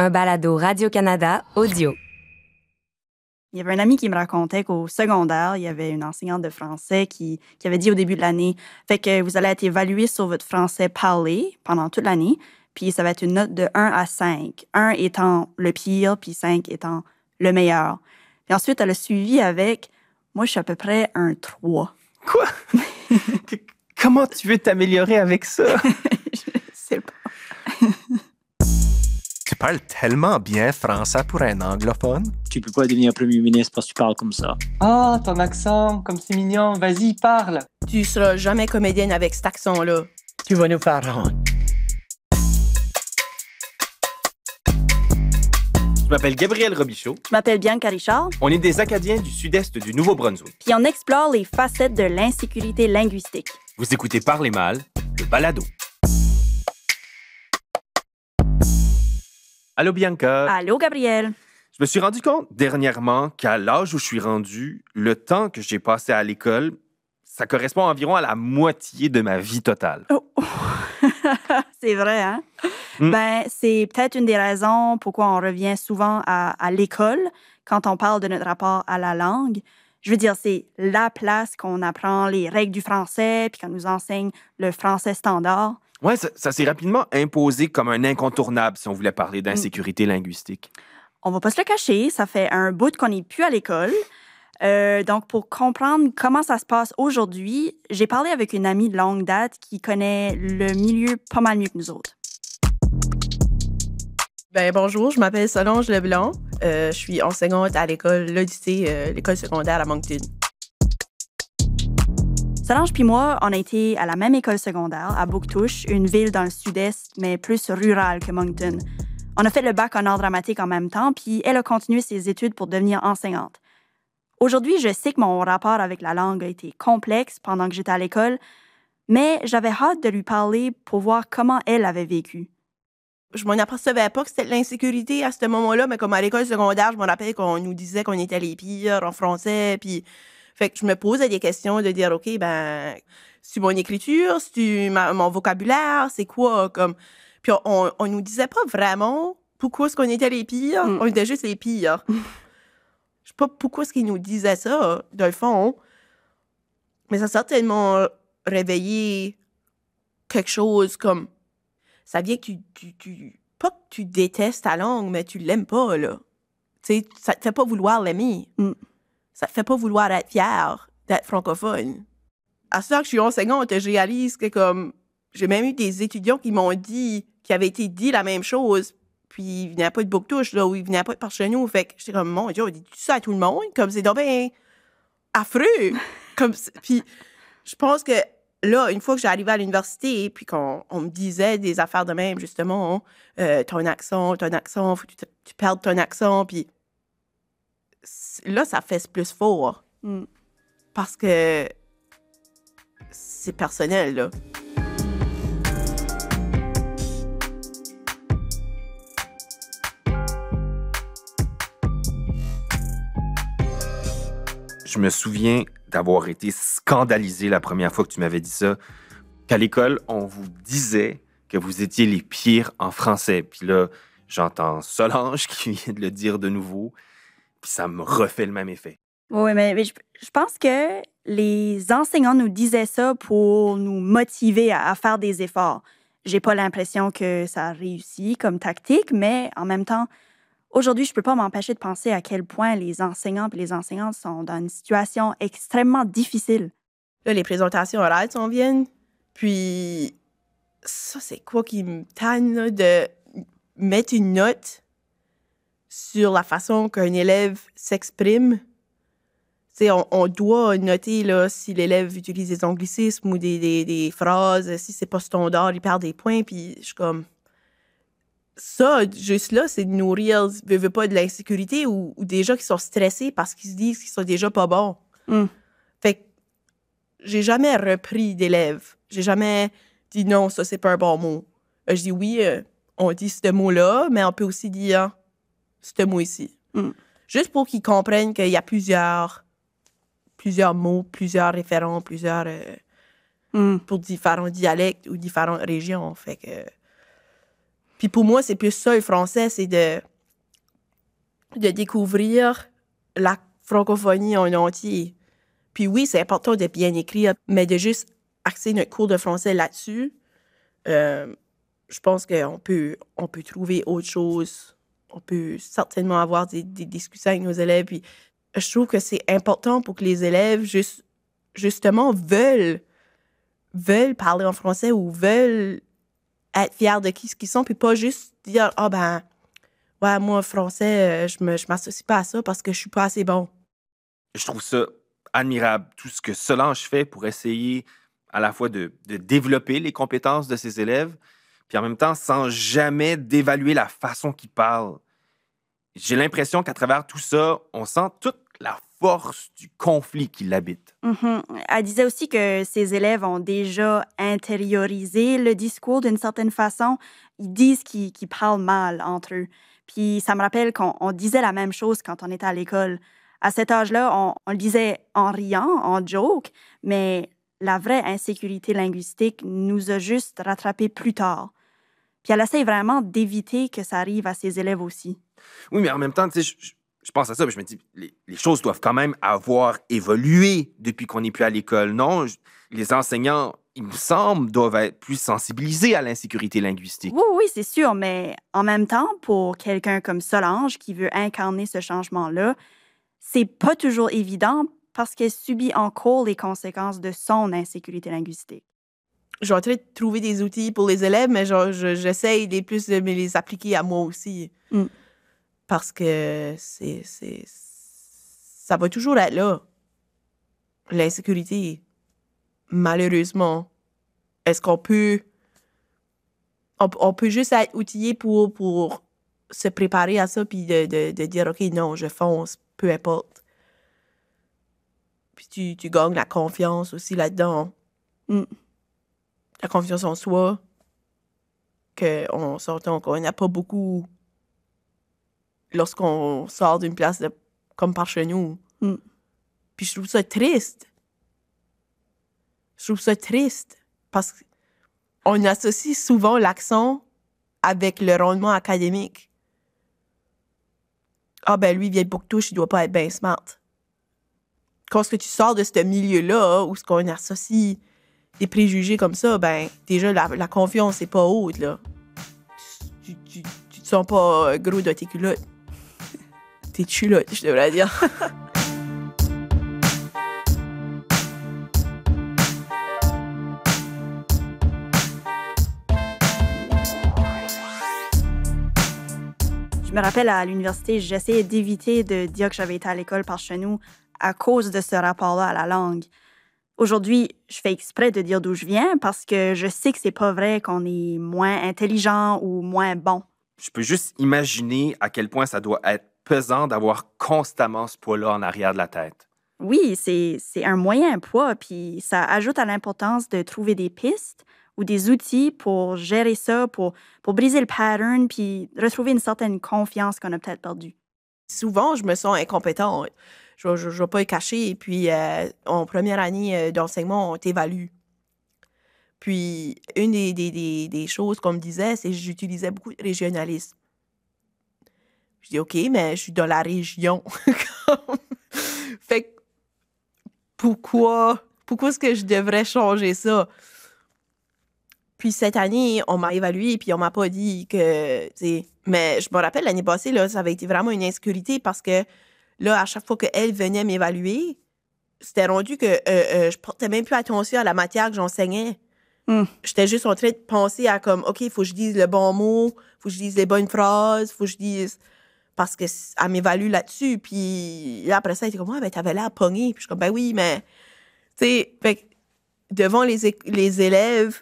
un balado Radio-Canada audio. Il y avait un ami qui me racontait qu'au secondaire, il y avait une enseignante de français qui avait dit au début de l'année, fait que vous allez être évalué sur votre français parlé pendant toute l'année, puis ça va être une note de 1 à 5. 1 étant le pire, puis 5 étant le meilleur. Puis ensuite, elle a suivi avec, moi, je suis à peu près un 3. Quoi? Comment tu veux t'améliorer avec ça? Je sais pas. Tu parles tellement bien français pour un anglophone. Tu peux pas devenir premier ministre parce que tu parles comme ça. Ah, ton accent, comme c'est mignon. Vas-y, parle. Tu seras jamais comédienne avec cet accent-là. Tu vas nous faire honte. Je m'appelle Gabriel Robichaud. Je m'appelle Bianca Richard, On est des Acadiens du sud-est du Nouveau-Brunswick. puis on explore les facettes de l'insécurité linguistique. Vous écoutez Parler mal, le balado. Allô Bianca. Allô, Gabriel? Je me suis rendu compte dernièrement qu'à l'âge où je suis rendu, le temps que j'ai passé à l'école, ça correspond environ à la moitié de ma vie totale. Oh. C'est vrai, hein? Mm. Ben, c'est peut-être une des raisons pourquoi on revient souvent à l'école quand on parle de notre rapport à la langue. Je veux dire, c'est la place qu'on apprend les règles du français puis qu'on nous enseigne le français standard. Ouais, ça s'est rapidement imposé comme un incontournable si on voulait parler d'insécurité linguistique. On va pas se le cacher, ça fait un bout qu'on n'est plus à l'école. Donc, pour comprendre comment ça se passe aujourd'hui, j'ai parlé avec une amie de longue date qui connaît le milieu pas mal mieux que nous autres. Ben bonjour, je m'appelle Solange Leblanc. Je suis enseignante à l'école l'Odyssée, l'école secondaire à Moncton. Solange puis moi, on a été à la même école secondaire, à Bouctouche, une ville dans le sud-est, mais plus rurale que Moncton. On a fait le bac en art dramatique en même temps, puis elle a continué ses études pour devenir enseignante. Aujourd'hui, je sais que mon rapport avec la langue a été complexe pendant que j'étais à l'école, mais j'avais hâte de lui parler pour voir comment elle avait vécu. Je m'en apercevais pas que c'était de l'insécurité à ce moment-là, mais comme à l'école secondaire, je me rappelle qu'on nous disait qu'on était les pires en français, puis fait que je me posais des questions de dire, OK, ben, c'est mon écriture, c'est mon vocabulaire, c'est quoi, comme... Puis on nous disait pas vraiment pourquoi est-ce qu'on était les pires, on était juste les pires. Je sais pas pourquoi est-ce qu'ils nous disaient ça, dans le fond, mais ça a certainement réveillé quelque chose comme... Ça vient que pas que tu détestes ta langue, mais tu l'aimes pas, là. Tu sais, ça te fait pas vouloir l'aimer. Ça te fait pas vouloir être fier d'être francophone. À ce temps que je suis enseignante, je réalise que, comme, j'ai même eu des étudiants qui m'ont dit, qui avaient été dit la même chose, puis ils venaient pas de Bouctouche, là, ou ils venaient pas de par chez nous. Fait que j'étais comme, mon Dieu, on dit ça à tout le monde? Comme, c'est donc bien affreux. Comme, puis je pense que, là, une fois que j'arrivais à l'université, puis qu'on me disait des affaires de même, justement, ton accent, faut que tu perdes ton accent, puis là, ça fait plus fort. Parce que c'est personnel, là. Je me souviens d'avoir été scandalisé la première fois que tu m'avais dit ça, qu'à l'école, on vous disait que vous étiez les pires en français. Puis là, j'entends Solange qui vient de le dire de nouveau, puis ça me refait le même effet. Oui, mais je pense que les enseignants nous disaient ça pour nous motiver à faire des efforts. J'ai pas l'impression que ça a réussi comme tactique, mais en même temps, aujourd'hui, je peux pas m'empêcher de penser à quel point les enseignants et les enseignantes sont dans une situation extrêmement difficile. Là, les présentations orales s'en viennent. Puis, ça, c'est quoi qui me tanne, là, de mettre une note sur la façon qu'un élève s'exprime. Tu sais, on doit noter, là, si l'élève utilise des anglicismes ou des phrases, si c'est pas standard, il perd des points. Puis, je suis comme... Ça, juste là, c'est de nourrir, veut pas, de l'insécurité ou des gens qui sont stressés parce qu'ils se disent qu'ils sont déjà pas bons. Fait que j'ai jamais repris d'élèves. J'ai jamais dit non, ça, c'est pas un bon mot. Je dis oui, on dit ce mot-là, mais on peut aussi dire ce mot ici. Juste pour qu'ils comprennent qu'il y a plusieurs mots, plusieurs référents, pour différents dialectes ou différentes régions. Fait que... Puis pour moi, c'est plus ça, le français, c'est de découvrir la francophonie en entier. Puis oui, c'est important de bien écrire, mais de juste axer notre cours de français là-dessus, je pense qu'on peut trouver autre chose. On peut certainement avoir des discussions avec nos élèves. Puis je trouve que c'est important pour que les élèves, justement, veulent parler en français ou veulent être fiers de ce qu'ils sont, puis pas juste dire « Ah ben, ouais, moi, français, je m'associe pas à ça parce que je suis pas assez bon. » Je trouve ça admirable, tout ce que Solange fait pour essayer à la fois de développer les compétences de ses élèves, puis en même temps, sans jamais dévaluer la façon qu'ils parlent. J'ai l'impression qu'à travers tout ça, on sent toute la force du conflit qui l'habite. Mhm. Elle disait aussi que ses élèves ont déjà intériorisé le discours d'une certaine façon. Ils disent qu'ils parlent mal entre eux. Puis ça me rappelle qu'on disait la même chose quand on était à l'école. À cet âge-là, on le disait en riant, en joke, mais la vraie insécurité linguistique nous a juste rattrapés plus tard. Puis elle essaie vraiment d'éviter que ça arrive à ses élèves aussi. Oui, mais en même temps, tu sais, je pense à ça, puis je me dis, les choses doivent quand même avoir évolué depuis qu'on n'est plus à l'école, non? Les enseignants, il me semble, doivent être plus sensibilisés à l'insécurité linguistique. Oui, c'est sûr, mais en même temps, pour quelqu'un comme Solange qui veut incarner ce changement-là, c'est pas toujours évident parce qu'elle subit encore les conséquences de son insécurité linguistique. Je suis en train de trouver des outils pour les élèves, mais j'essaye de me les appliquer à moi aussi. Mm. Parce que ça va toujours être là. L'insécurité, malheureusement. Est-ce qu'on peut... On peut juste être outillé pour se préparer à ça puis de dire, OK, non, je fonce, peu importe. Puis tu gagnes la confiance aussi là-dedans. Mm. La confiance en soi, qu'on s'entend qu'on n'a pas beaucoup lorsqu'on sort d'une place comme par chez nous. Mm. Puis je trouve ça triste. Je trouve ça triste parce qu'on associe souvent l'accent avec le rendement académique. Ah ben lui, il vient de Bouctouche, il doit pas être bien smart. Quand tu sors de ce milieu-là, où ce qu'on associe des préjugés comme ça, ben déjà, la confiance n'est pas haute, là. Tu te sens pas gros de tes culottes. Tes culottes, je devrais dire. Je me rappelle à l'université, j'essayais d'éviter de dire que j'avais été à l'école par chez nous à cause de ce rapport-là à la langue. Aujourd'hui, je fais exprès de dire d'où je viens parce que je sais que c'est pas vrai qu'on est moins intelligent ou moins bon. Je peux juste imaginer à quel point ça doit être pesant d'avoir constamment ce poids-là en arrière de la tête. Oui, c'est un moyen poids, puis ça ajoute à l'importance de trouver des pistes ou des outils pour gérer ça, pour briser le pattern, puis retrouver une certaine confiance qu'on a peut-être perdue. Souvent, je me sens incompétente. Je ne vais pas le cacher. Et puis, en première année d'enseignement, on t'évalue. Puis, une des choses qu'on me disait, c'est que j'utilisais beaucoup de régionalisme. Je dis, OK, mais je suis dans la région. Fait que, pourquoi est-ce que je devrais changer ça? Puis cette année, on m'a évalué puis on m'a pas dit que... T'sais, mais je me rappelle, l'année passée, là, ça avait été vraiment une insécurité parce que là, à chaque fois qu'elle venait m'évaluer, c'était rendu que je portais même plus attention à la matière que j'enseignais. J'étais juste en train de penser à comme, OK, il faut que je dise le bon mot, il faut que je dise les bonnes phrases, il faut que je dise... Parce qu'elle m'évalue là-dessus. Puis là, après ça, elle était comme, ben, t'avais l'air pogné. Puis je suis comme, ben oui, mais... Tu sais, fait que devant les élèves,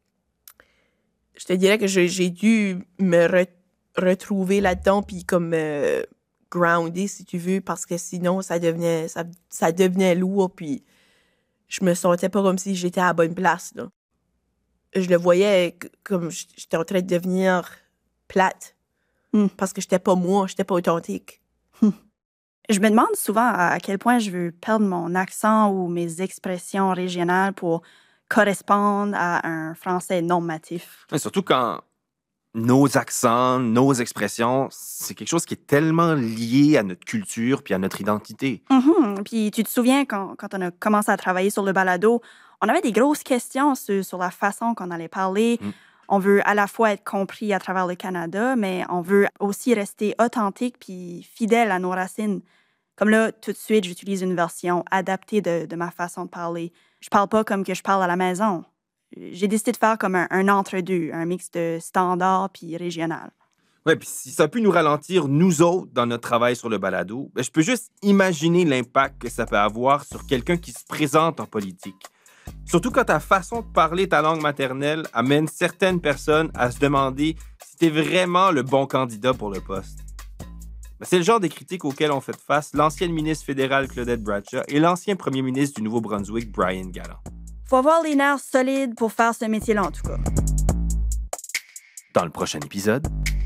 je te dirais que j'ai dû me retrouver là-dedans puis comme grounder, si tu veux, parce que sinon, ça devenait lourd puis je me sentais pas comme si j'étais à la bonne place, là. Je le voyais comme j'étais en train de devenir plate parce que j'étais pas moi, j'étais pas authentique. Je me demande souvent à quel point je veux perdre mon accent ou mes expressions régionales pour correspondre à un français normatif. Et surtout quand nos accents, nos expressions, c'est quelque chose qui est tellement lié à notre culture puis à notre identité. Puis tu te souviens, quand on a commencé à travailler sur le balado, on avait des grosses questions sur la façon qu'on allait parler. On veut à la fois être compris à travers le Canada, mais on veut aussi rester authentique puis fidèle à nos racines. Comme là, tout de suite, j'utilise une version adaptée de ma façon de parler. Je parle pas comme que je parle à la maison. J'ai décidé de faire comme un entre-deux, un mix de standard puis régional. Ouais, puis si ça peut nous ralentir, nous autres, dans notre travail sur le balado, je peux juste imaginer l'impact que ça peut avoir sur quelqu'un qui se présente en politique. Surtout quand ta façon de parler ta langue maternelle amène certaines personnes à se demander si t'es vraiment le bon candidat pour le poste. C'est le genre de critiques auxquelles ont fait face l'ancienne ministre fédérale Claudette Bradshaw et l'ancien premier ministre du Nouveau-Brunswick, Brian Gallant. Faut avoir les nerfs solides pour faire ce métier-là, en tout cas. Dans le prochain épisode...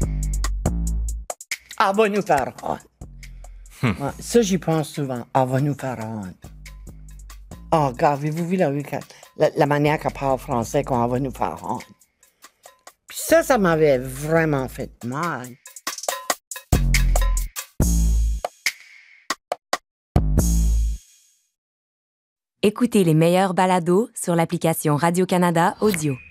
Elle va nous faire honte. Ouais, ça, j'y pense souvent. Elle va nous faire honte. Oh, gars, avez-vous vu la manière qu'elle parle français quand elle va nous faire honte? Puis ça m'avait vraiment fait mal. Écoutez les meilleurs balados sur l'application Radio-Canada Audio.